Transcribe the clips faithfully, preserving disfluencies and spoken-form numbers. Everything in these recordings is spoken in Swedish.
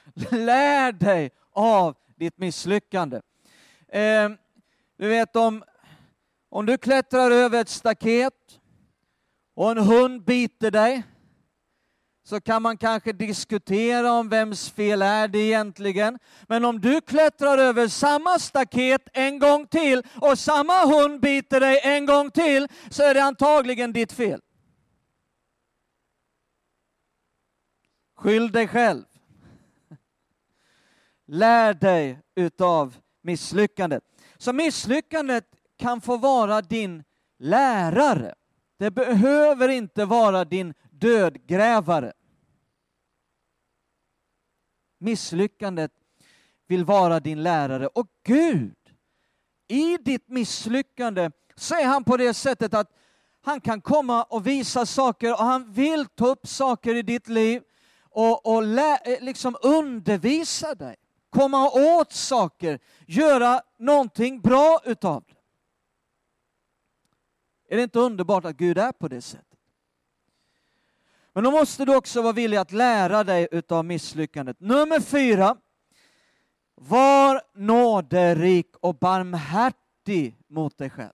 Lär dig av ditt misslyckande. Eh, du vet om, om du klättrar över ett staket och en hund biter dig, så kan man kanske diskutera om vems fel är det egentligen. Men om du klättrar över samma staket en gång till och samma hund biter dig en gång till, så är det antagligen ditt fel. Skyll dig själv. Lär dig utav misslyckandet. Så misslyckandet kan få vara din lärare. Det behöver inte vara din dödgrävare. Misslyckandet vill vara din lärare. Och Gud, i ditt misslyckande så är han på det sättet att han kan komma och visa saker, och han vill ta upp saker i ditt liv och, och lä, liksom undervisa dig. Komma åt saker, göra någonting bra utav det. Är det inte underbart att Gud är på det sättet? Men då måste du också vara villig att lära dig utav misslyckandet. Nummer fyra. Var nåderik och barmhärtig mot dig själv.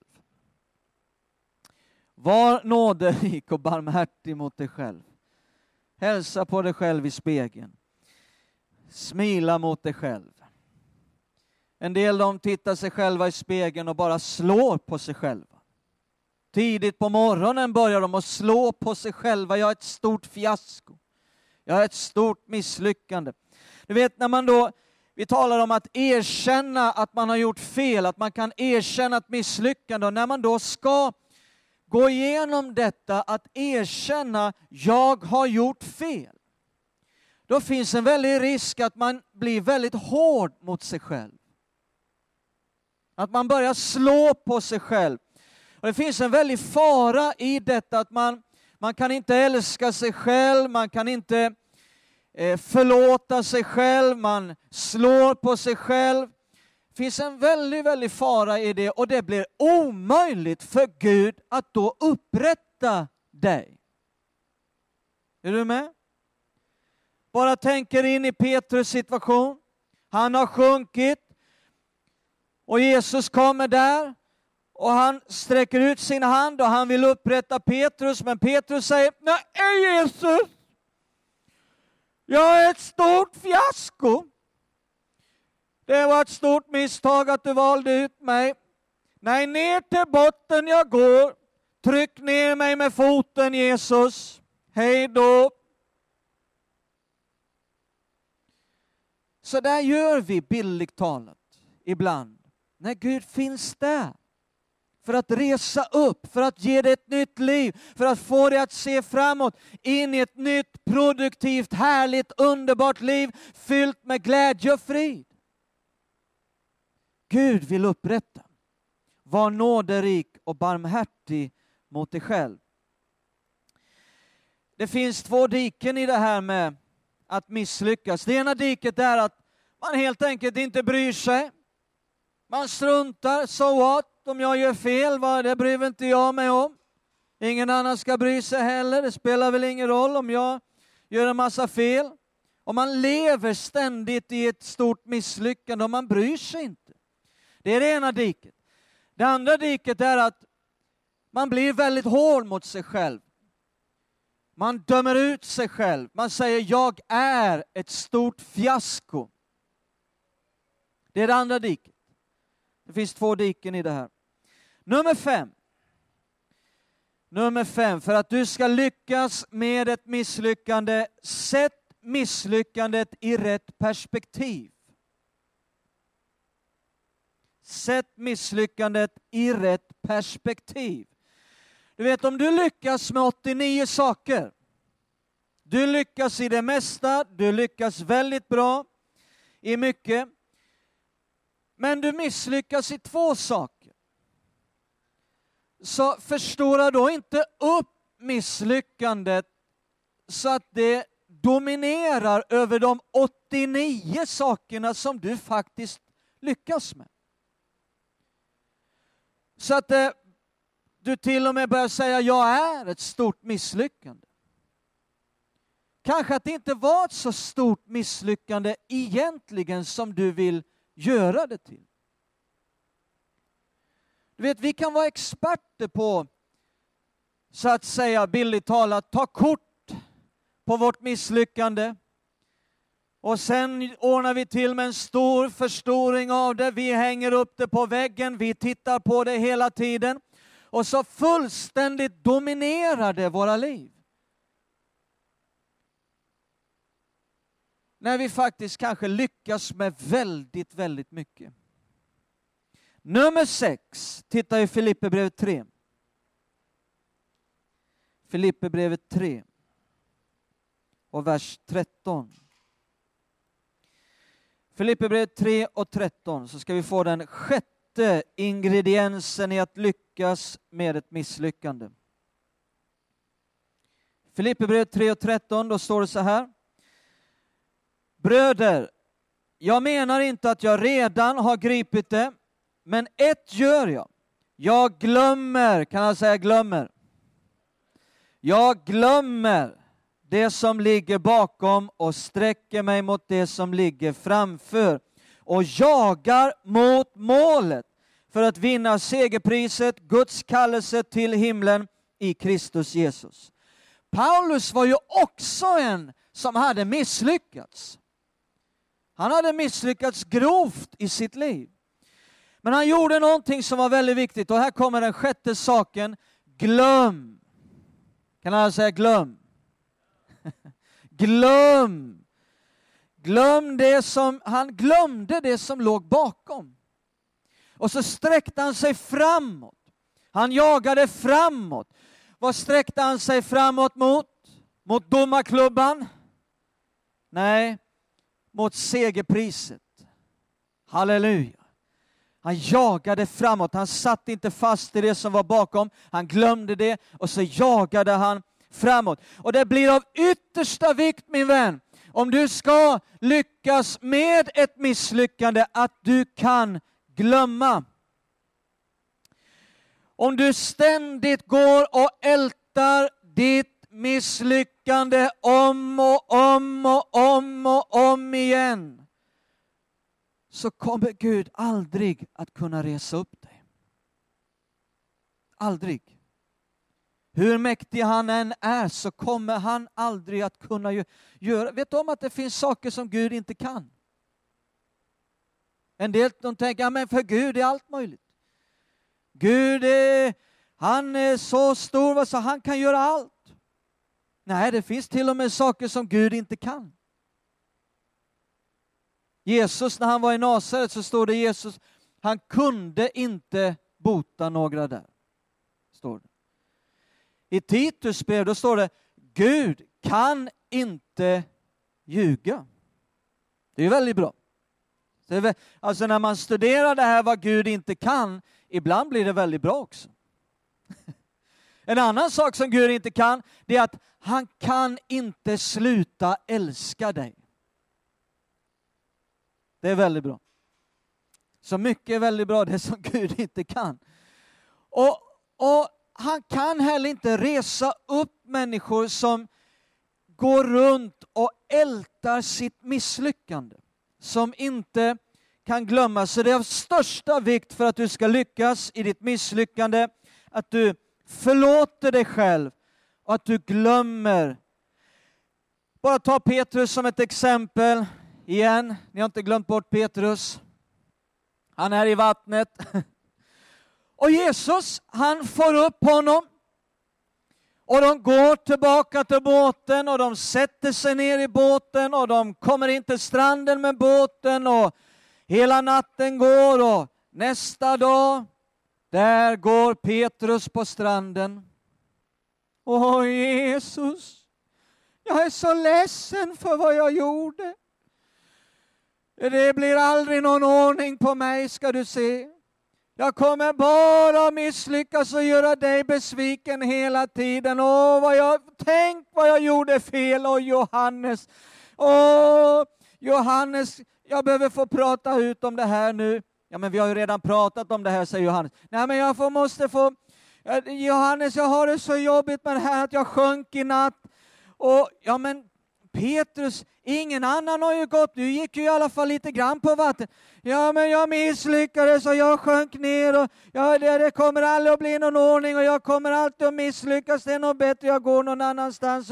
Var nåderik och barmhärtig mot dig själv. Hälsa på dig själv i spegeln. Smila mot dig själv. En del de tittar sig själva i spegeln och bara slår på sig själva. Tidigt på morgonen börjar de att slå på sig själva. Jag är ett stort fiasko. Jag är ett stort misslyckande. Du vet, när man då, vi talar om att erkänna att man har gjort fel, att man kan erkänna ett misslyckande. Och när man då ska gå igenom detta, att erkänna jag har gjort fel, då finns en väldig risk att man blir väldigt hård mot sig själv. Att man börjar slå på sig själv. Och det finns en väldig fara i detta, att man, man kan inte älska sig själv, man kan inte eh, förlåta sig själv, man slår på sig själv. Det finns en väldigt, väldigt fara i det, och det blir omöjligt för Gud att då upprätta dig. Är du med? Bara tänker in i Petrus situation. Han har sjunkit och Jesus kommer där. Och han sträcker ut sin hand och han vill upprätta Petrus. Men Petrus säger, nej Jesus, jag är ett stort fiasko. Det var ett stort misstag att du valde ut mig. Nej, ner till botten jag går. Tryck ner mig med foten, Jesus. Hej då. Så där gör vi, bildligt talat, ibland. När Gud finns där. För att resa upp, för att ge dig ett nytt liv, för att få dig att se framåt in i ett nytt, produktivt, härligt, underbart liv fyllt med glädje och frid. Gud vill upprätta. Var nåderik och barmhärtig mot dig själv. Det finns två diken i det här med att misslyckas. Det ena diket är att man helt enkelt inte bryr sig. Man struntar, so what? Om jag gör fel, va? Det bryr inte jag mig om. Ingen annan ska bry sig heller. Det spelar väl ingen roll om jag gör en massa fel. Och man lever ständigt i ett stort misslyckande och man bryr sig inte. Det är det ena diket. Det andra diket är att man blir väldigt hård mot sig själv. Man dömer ut sig själv. Man säger, jag är ett stort fiasko. Det är det andra diket. Det finns två diken i det här. Nummer fem. Nummer fem. För att du ska lyckas med ett misslyckande, sätt misslyckandet i rätt perspektiv. Sätt misslyckandet i rätt perspektiv. Du vet, om du lyckas med åttionio saker. Du lyckas i det mesta. Du lyckas väldigt bra i mycket. Men du misslyckas i två saker. Så förstora då inte upp misslyckandet så att det dominerar över de åttionio sakerna som du faktiskt lyckas med. Så att eh, du till och med börjar säga, jag är ett stort misslyckande. kanske att det inte var ett så stort misslyckande egentligen som du vill göra det till. Du vet, vi kan vara experter på, så att säga billigt talat, ta kort på vårt misslyckande. Och sen ordnar vi till med en stor förstoring av det. Vi hänger upp det på väggen, vi tittar på det hela tiden. Och så fullständigt dominerar det våra liv. När vi faktiskt kanske lyckas med väldigt, väldigt mycket. Nummer sex, titta i Filipperbrevet tre. Filipperbrevet tre och vers tretton. Filipperbrevet tre och tretton, så ska vi få den sjätte ingrediensen i att lyckas med ett misslyckande. Filipperbrevet tre och tretton, då står det så här. Bröder, jag menar inte att jag redan har gripit det, men ett gör jag. Jag glömmer, kan jag säga glömmer? Jag glömmer det som ligger bakom och sträcker mig mot det som ligger framför. Och jagar mot målet för att vinna segerpriset, Guds kallelse till himlen i Kristus Jesus. Paulus var ju också en som hade misslyckats. Han hade misslyckats grovt i sitt liv. Men han gjorde någonting som var väldigt viktigt. Och här kommer den sjätte saken. Glöm. Kan alla säga glöm? Glöm. Glöm det som, han glömde det som låg bakom. Och så sträckte han sig framåt. Han jagade framåt. Vad sträckte han sig framåt mot? Mot domarklubban? Nej, mot segerpriset. Halleluja. Han jagade framåt. Han satt inte fast i det som var bakom. Han glömde det och så jagade han framåt. Och det blir av yttersta vikt, min vän, om du ska lyckas med ett misslyckande, att du kan glömma. Om du ständigt går och ältar ditt misslyckande om och om och om och om igen, så kommer Gud aldrig att kunna resa upp dig. Aldrig. Hur mäktig han än är så kommer han aldrig att kunna göra. Vet du om att det finns saker som Gud inte kan? En del de tänker, ja, men för Gud är allt möjligt. Gud är, han är så stor så han kan göra allt. Nej, det finns till och med saker som Gud inte kan. Jesus, när han var i Nasaret, så står det Jesus, han kunde inte bota några där. Står det. I Titus brev, då står det, Gud kan inte ljuga. Det är väldigt bra. Alltså när man studerar det här vad Gud inte kan, ibland blir det väldigt bra också. En annan sak som Gud inte kan, det är att han kan inte sluta älska dig. Det är väldigt bra. Så mycket är väldigt bra, det som Gud inte kan. Och, och han kan heller inte resa upp människor som går runt och ältar sitt misslyckande. Som inte kan glömma. Så det är av största vikt för att du ska lyckas i ditt misslyckande, att du förlåter dig själv och att du glömmer. Bara ta Petrus som ett exempel igen. Ni har inte glömt bort Petrus. Han är i vattnet. Och Jesus, han får upp honom. Och de går tillbaka till båten och de sätter sig ner i båten och de kommer in till stranden med båten och hela natten går och nästa dag, där går Petrus på stranden. Åh Jesus, jag är så ledsen för vad jag gjorde. Det blir aldrig någon ordning på mig, ska du se. Jag kommer bara misslyckas och göra dig besviken hela tiden. Åh, vad jag, tänk vad jag gjorde fel. Och Johannes, åh, Johannes, jag behöver få prata ut om det här nu. Ja, men vi har ju redan pratat om det här, säger Johannes. Nej, men jag får, måste få, Johannes, jag har det så jobbigt med det här att jag sjönk i natt. Och ja, men Petrus, ingen annan har ju gått, du gick ju i alla fall lite grann på vatten. Ja, men jag misslyckades och jag sjönk ner och ja, det, det kommer aldrig att bli någon ordning och jag kommer alltid att misslyckas. Det är nog bättre jag går någon annanstans.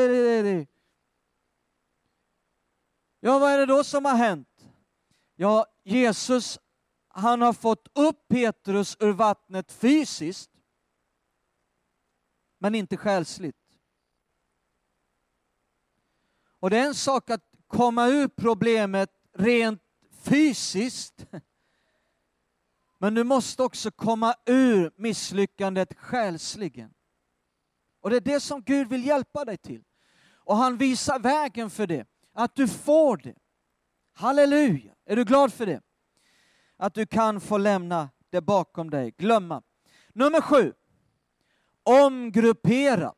Ja, vad är det då som har hänt? Ja, Jesus, han har fått upp Petrus ur vattnet fysiskt, men inte själsligt. Och det är en sak att komma ur problemet rent fysiskt. Men du måste också komma ur misslyckandet själsligen. Och det är det som Gud vill hjälpa dig till. Och han visar vägen för det. Att du får det. Halleluja. Är du glad för det? Att du kan få lämna det bakom dig. Glömma. Nummer sju. Omgruppera.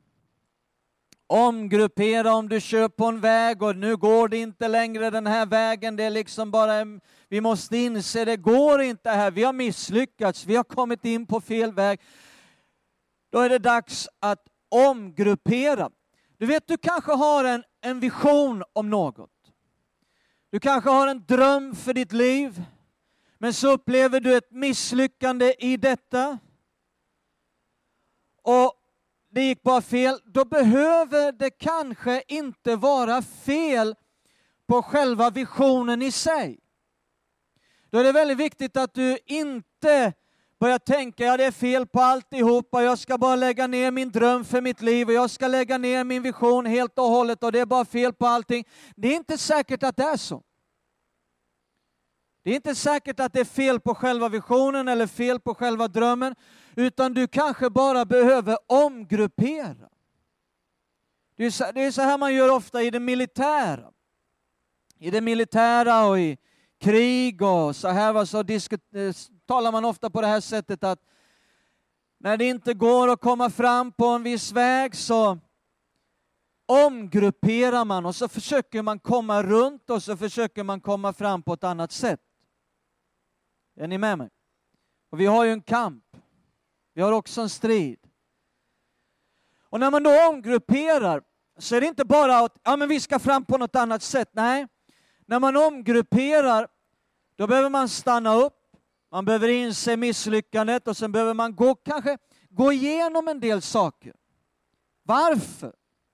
Omgruppera om du kör på en väg och nu går det inte längre den här vägen. Det är liksom bara, vi måste inse det går inte här. Vi har misslyckats. Vi har kommit in på fel väg. Då är det dags att omgruppera. Du vet, du kanske har en, en vision om något. Du kanske har en dröm för ditt liv. Men så upplever du ett misslyckande i detta. Och det gick bara fel. Då behöver det kanske inte vara fel på själva visionen i sig. Då är det väldigt viktigt att du inte börjar tänka, ja det är fel på alltihopa, jag ska bara lägga ner min dröm för mitt liv och jag ska lägga ner min vision helt och hållet och det är bara fel på allting. Det är inte säkert att det är så. Det är inte säkert att det är fel på själva visionen eller fel på själva drömmen, utan du kanske bara behöver omgruppera. Det är så, det är så här man gör ofta i det militära. I det militära och i krig och så här var så diskut- talar man ofta på det här sättet att när det inte går att komma fram på en viss väg så omgrupperar man och så försöker man komma runt och så försöker man komma fram på ett annat sätt. Är ni med mig? Och vi har ju en kamp. Vi har också en strid. Och när man då omgrupperar så är det inte bara att ja, men vi ska fram på något annat sätt. Nej, när man omgrupperar då behöver man stanna upp. Man behöver inse misslyckandet och sen behöver man gå, kanske gå igenom en del saker. Varför?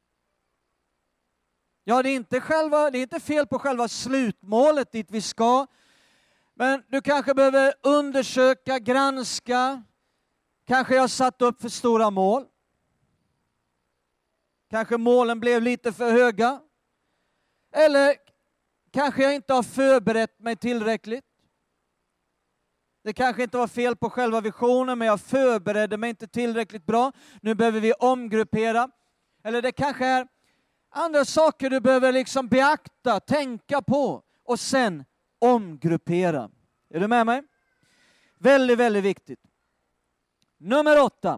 Ja, det är inte, själva, det är inte fel på själva slutmålet dit vi ska. Men du kanske behöver undersöka, granska. Kanske jag har satt upp för stora mål. Kanske målen blev lite för höga. Eller kanske jag inte har förberett mig tillräckligt. Det kanske inte var fel på själva visionen, men jag förberedde mig inte tillräckligt bra. Nu behöver vi omgruppera. Eller det kanske är andra saker du behöver liksom beakta, tänka på och sen omgruppera. Är du med mig? Väldigt, väldigt viktigt. Nummer åtta.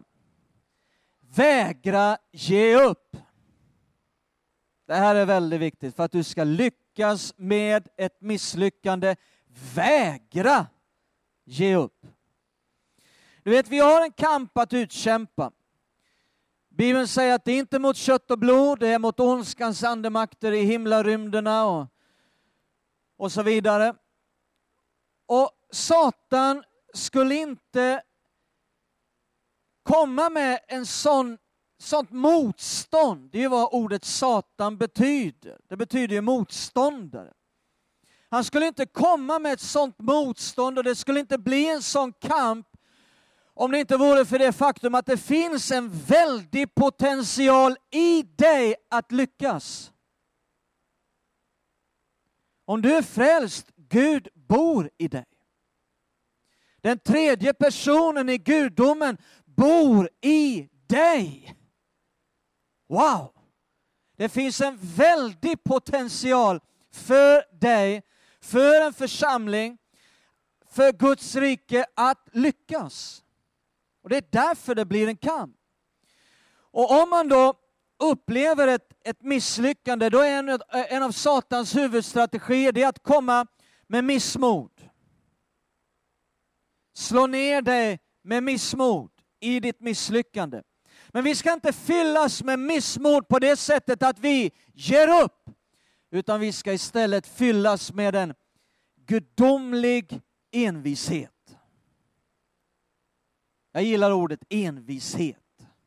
Vägra ge upp. Det här är väldigt viktigt för att du ska lyckas med ett misslyckande. Vägra ge upp. Du vet, vi har en kamp att utkämpa. Bibeln säger att det är inte mot kött och blod, det är mot ondskans andemakter i himlarymderna och, och så vidare. Och Satan skulle inte komma med en sån, sånt motstånd. Det är ju vad ordet Satan betyder. Det betyder ju motståndare. Han skulle inte komma med ett sånt motstånd och det skulle inte bli en sån kamp om det inte vore för det faktum att det finns en väldig potential i dig att lyckas. Om du är frälst, Gud bor i dig. Den tredje personen i gudomen bor i dig. Wow! Det finns en väldig potential för dig, för en församling, för Guds rike att lyckas. Och det är därför det blir en kamp. Och om man då upplever ett, ett misslyckande, då är en, en av Satans huvudstrategier det är att komma med missmod. Slå ner dig med missmod i ditt misslyckande. Men vi ska inte fyllas med missmod på det sättet att vi ger upp. Utan vi ska istället fyllas med en gudomlig envishet. Jag gillar ordet envishet.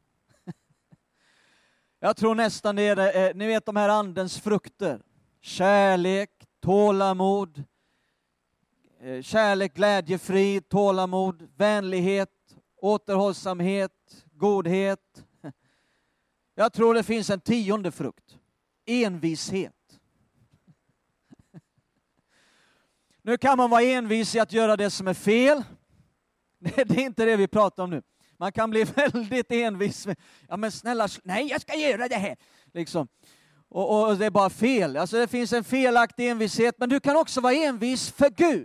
Jag tror nästan det är det, ni vet de här andens frukter. Kärlek, tålamod, kärlek, glädje, frid, tålamod, vänlighet, återhållsamhet, godhet. Jag tror det finns en tionde frukt. Envishet. Nu kan man vara envis i att göra det som är fel. Det är inte det vi pratar om nu. Man kan bli väldigt envis. Ja men snälla, nej jag ska göra det här. Liksom. Och, och det är bara fel. Alltså det finns en felaktig envishet. Men du kan också vara envis för Gud.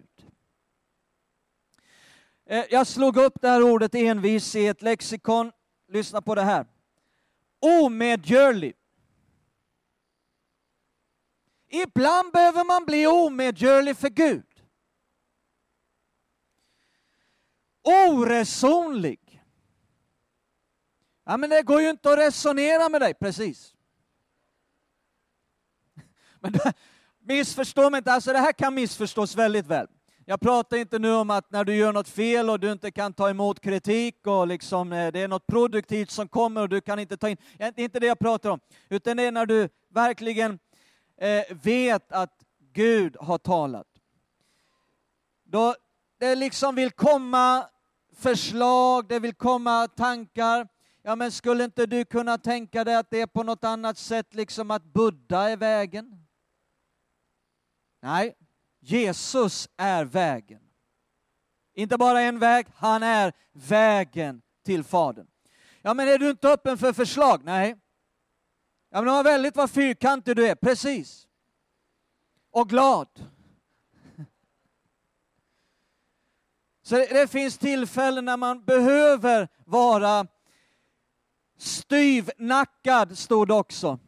Jag slog upp det här ordet envis i ett lexikon. Lyssna på det här. Omedgörlig. Ibland behöver man bli omedgörlig för Gud. Oresonlig. Ja, men det går ju inte att resonera med dig, precis. Men det, missförstå mig inte, alltså det här kan missförstås väldigt väl. Jag pratar inte nu om att när du gör något fel och du inte kan ta emot kritik och liksom det är något produktivt som kommer och du kan inte ta in. Det är inte det jag pratar om. Utan det är när du verkligen eh, vet att Gud har talat. Då det liksom vill komma förslag, det vill komma tankar. Ja men skulle inte du kunna tänka dig att det är på något annat sätt liksom att Buddha är vägen? Nej. Jesus är vägen. Inte bara en väg, han är vägen till Fadern. Ja men är du inte öppen för förslag? Nej. Ja men det var väldigt vad fyrkantig du är, precis. Och glad. Så det, det finns tillfällen när man behöver vara styvnackad, stod det också.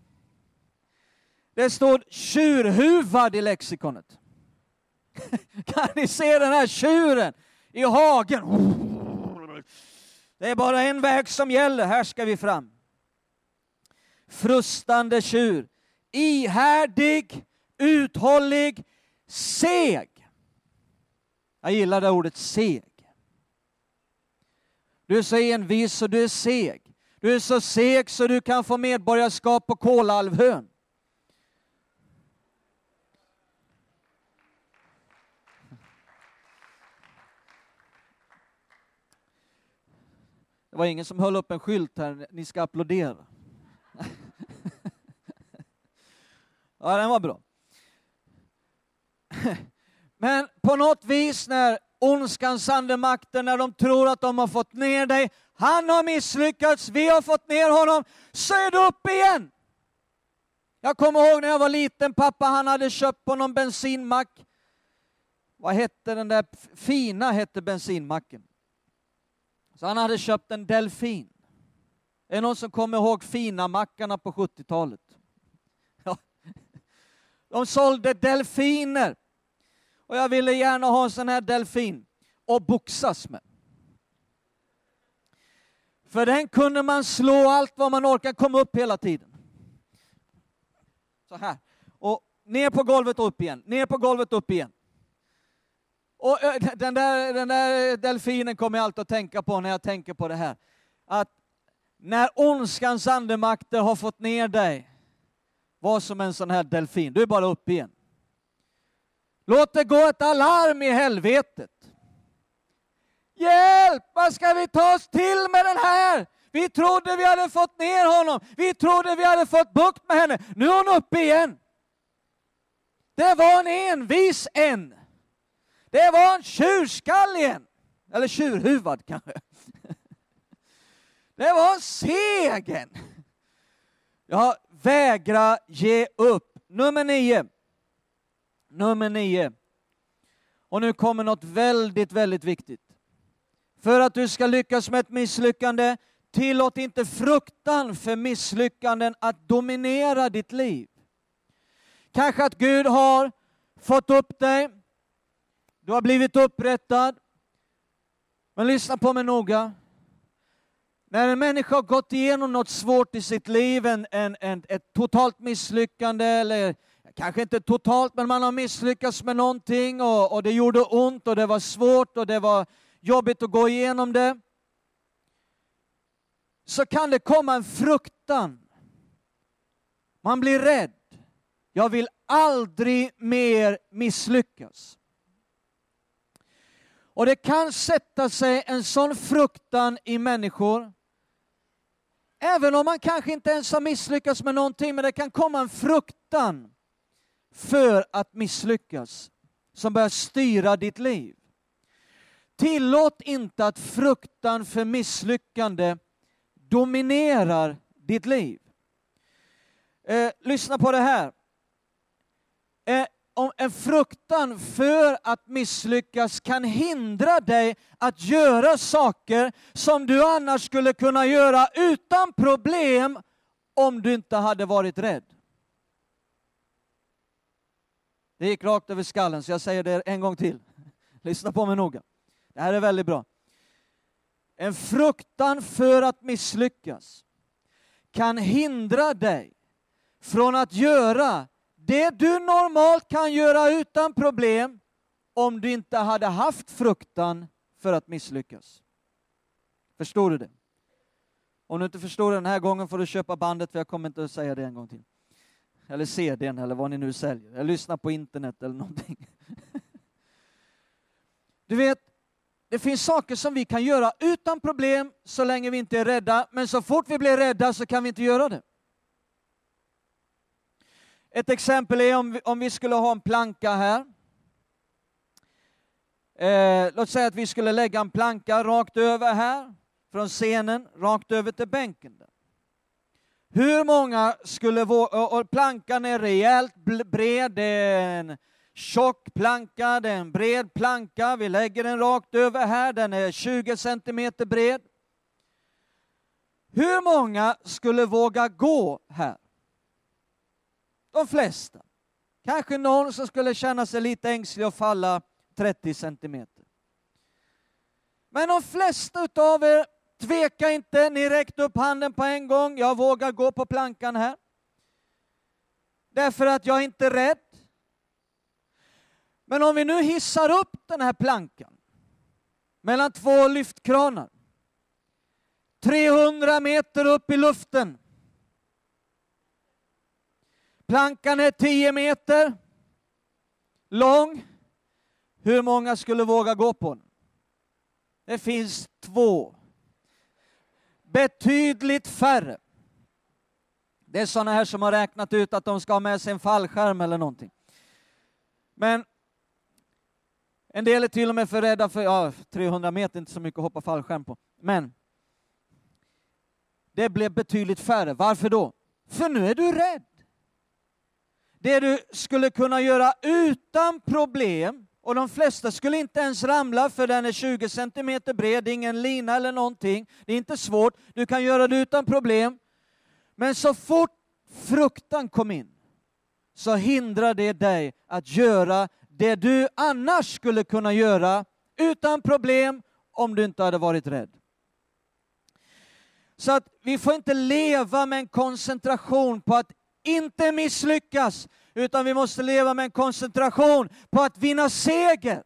Det står tjurhuvad i lexikonet. Kan ni se den här tjuren i hagen? Det är bara en väg som gäller, här ska vi fram. Frustande tjur. Ihärdig, uthållig, seg. Jag gillar det ordet seg. Du är så envis så du är seg. Du är så seg så du kan få medborgarskap på Kolahalvön. Det var ingen som höll upp en skylt här, ni ska applådera. Ja, den var bra. Men på något vis när ondskans andemakter, när de tror att de har fått ner dig, han har misslyckats, vi har fått ner honom, så är du upp igen. Jag kommer ihåg när jag var liten, pappa han hade köpt på någon bensinmack. Vad hette den där? Fina hette bensinmacken. Så han hade köpt en delfin. Är det någon som kommer ihåg fina mackarna på sjuttiotalet? Ja. De sålde delfiner. Och jag ville gärna ha en sån här delfin och boxas med. För den kunde man slå allt vad man orkar, komma upp hela tiden. Så här. Och ner på golvet och upp igen. Ner på golvet och upp igen. Och den där, den där delfinen kommer jag alltid att tänka på när jag tänker på det här. Att när ondskans andemakter har fått ner dig, var som en sån här delfin. Du är bara upp igen. Låt det gå ett alarm i helvetet. Hjälp! Vad ska vi ta oss till med den här? Vi trodde vi hade fått ner honom. Vi trodde vi hade fått bukt med henne. Nu är hon uppe igen. Det var en envis en. Det var en tjurskall igen. Eller tjurhuvad kanske. Det var en segen. Ja, vägra ge upp. Nummer nio. Nummer nio. Och nu kommer något väldigt, väldigt viktigt. För att du ska lyckas med ett misslyckande, tillåt inte fruktan för misslyckanden att dominera ditt liv. Kanske att Gud har fått upp dig. Du har blivit upprättad. Men lyssna på mig noga. När en människa har gått igenom något svårt i sitt liv, en, en, en, ett totalt misslyckande, eller kanske inte totalt, men man har misslyckats med någonting och, och det gjorde ont och det var svårt och det var jobbigt att gå igenom det. Så kan det komma en fruktan. Man blir rädd. Jag vill aldrig mer misslyckas. Och det kan sätta sig en sån fruktan i människor. Även om man kanske inte ens har misslyckats med någonting, men det kan komma en fruktan för att misslyckas som börjar styra ditt liv. Tillåt inte att fruktan för misslyckande dominerar ditt liv. Eh, lyssna på det här. Eh, om en fruktan för att misslyckas kan hindra dig att göra saker som du annars skulle kunna göra utan problem om du inte hade varit rädd. Det gick rakt över skallen, så jag säger det en gång till. Lyssna på mig noga. Det här är väldigt bra. En fruktan för att misslyckas kan hindra dig från att göra det du normalt kan göra utan problem om du inte hade haft fruktan för att misslyckas. Förstår du det? Om du inte förstår det den här gången får du köpa bandet, för jag kommer inte att säga det en gång till. Eller C D:n eller vad ni nu säljer. Eller lyssna på internet eller någonting. Du vet, det finns saker som vi kan göra utan problem så länge vi inte är rädda. Men så fort vi blir rädda så kan vi inte göra det. Ett exempel är om vi, om vi skulle ha en planka här. Eh, låt säga att vi skulle lägga en planka rakt över här. Från scenen rakt över till bänken där. Hur många skulle våga, och plankan är rejält bred, det är en tjock planka, det är en bred planka, vi lägger den rakt över här, den är tjugo centimeter bred. Hur många skulle våga gå här? De flesta. Kanske någon som skulle känna sig lite ängslig och falla trettio centimeter. Men de flesta utav er, tveka inte, ni räckte upp handen på en gång. Jag vågar gå på plankan här. Därför att jag är inte rädd. Men om vi nu hissar upp den här plankan mellan två lyftkranar. trehundra meter upp i luften. Plankan är tio meter lång. Hur många skulle våga gå på den? Det finns två. Betydligt färre. Det är sådana här som har räknat ut att de ska ha med sig en fallskärm eller någonting. Men en del är till och med för rädda för, ja, trehundra meter, inte så mycket att hoppa fallskärm på. Men det blev betydligt färre. Varför då? För nu är du rädd. Det du skulle kunna göra utan problem, och de flesta skulle inte ens ramla för den är tjugo centimeter bred, ingen lina eller någonting. Det är inte svårt, du kan göra det utan problem. Men så fort fruktan kom in så hindrar det dig att göra det du annars skulle kunna göra utan problem om du inte hade varit rädd. Så att vi får inte leva med en koncentration på att inte misslyckas, utan vi måste leva med en koncentration på att vinna seger.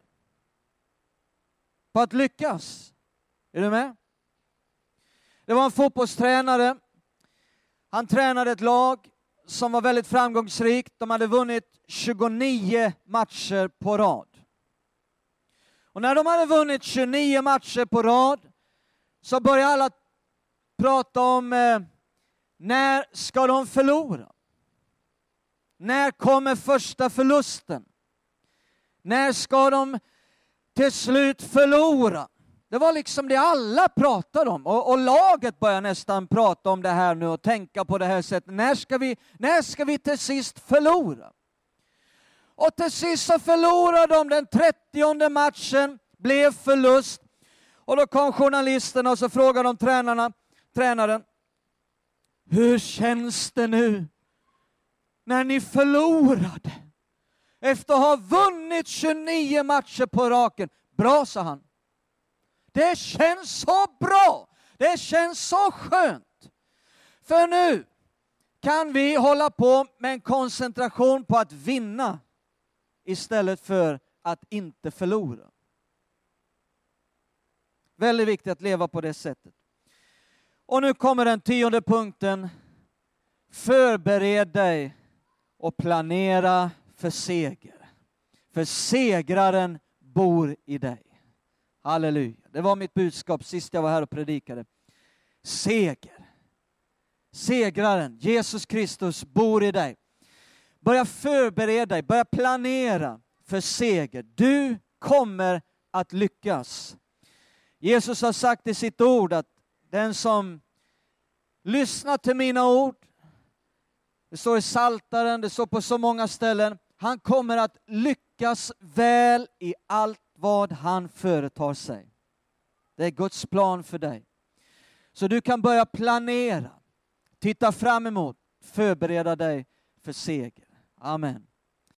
På att lyckas. Är du med? Det var en fotbollstränare. Han tränade ett lag som var väldigt framgångsrikt. De hade vunnit tjugonio matcher på rad. Och när de hade vunnit tjugonio matcher på rad så började alla prata om eh, när ska de förlora? När kommer första förlusten? När ska de till slut förlora? Det var liksom det alla pratade om. Och, och laget började nästan prata om det här nu och tänka på det här sättet. När ska vi, när ska vi till sist förlora? Och till sist så förlorade de den trettionde matchen. Blev förlust. Och då kom journalisterna och så frågade de tränarna, tränaren. Hur känns det nu när ni förlorade? Efter att ha vunnit tjugonio matcher på raken. Bra, sa han. Det känns så bra. Det känns så skönt. För nu kan vi hålla på med en koncentration på att vinna istället för att inte förlora. Väldigt viktigt att leva på det sättet. Och nu kommer den tionde punkten. Förbered dig och planera för seger. För segraren bor i dig. Halleluja. Det var mitt budskap sist jag var här och predikade. Seger. Segraren, Jesus Kristus, bor i dig. Börja förbereda dig, börja planera för seger. Du kommer att lyckas. Jesus har sagt i sitt ord att den som lyssnar till mina ord, det står i Psaltaren, det står på så många ställen, han kommer att lyckas väl i allt vad han företar sig. Det är Guds plan för dig. Så du kan börja planera, titta fram emot, förbereda dig för seger. Amen.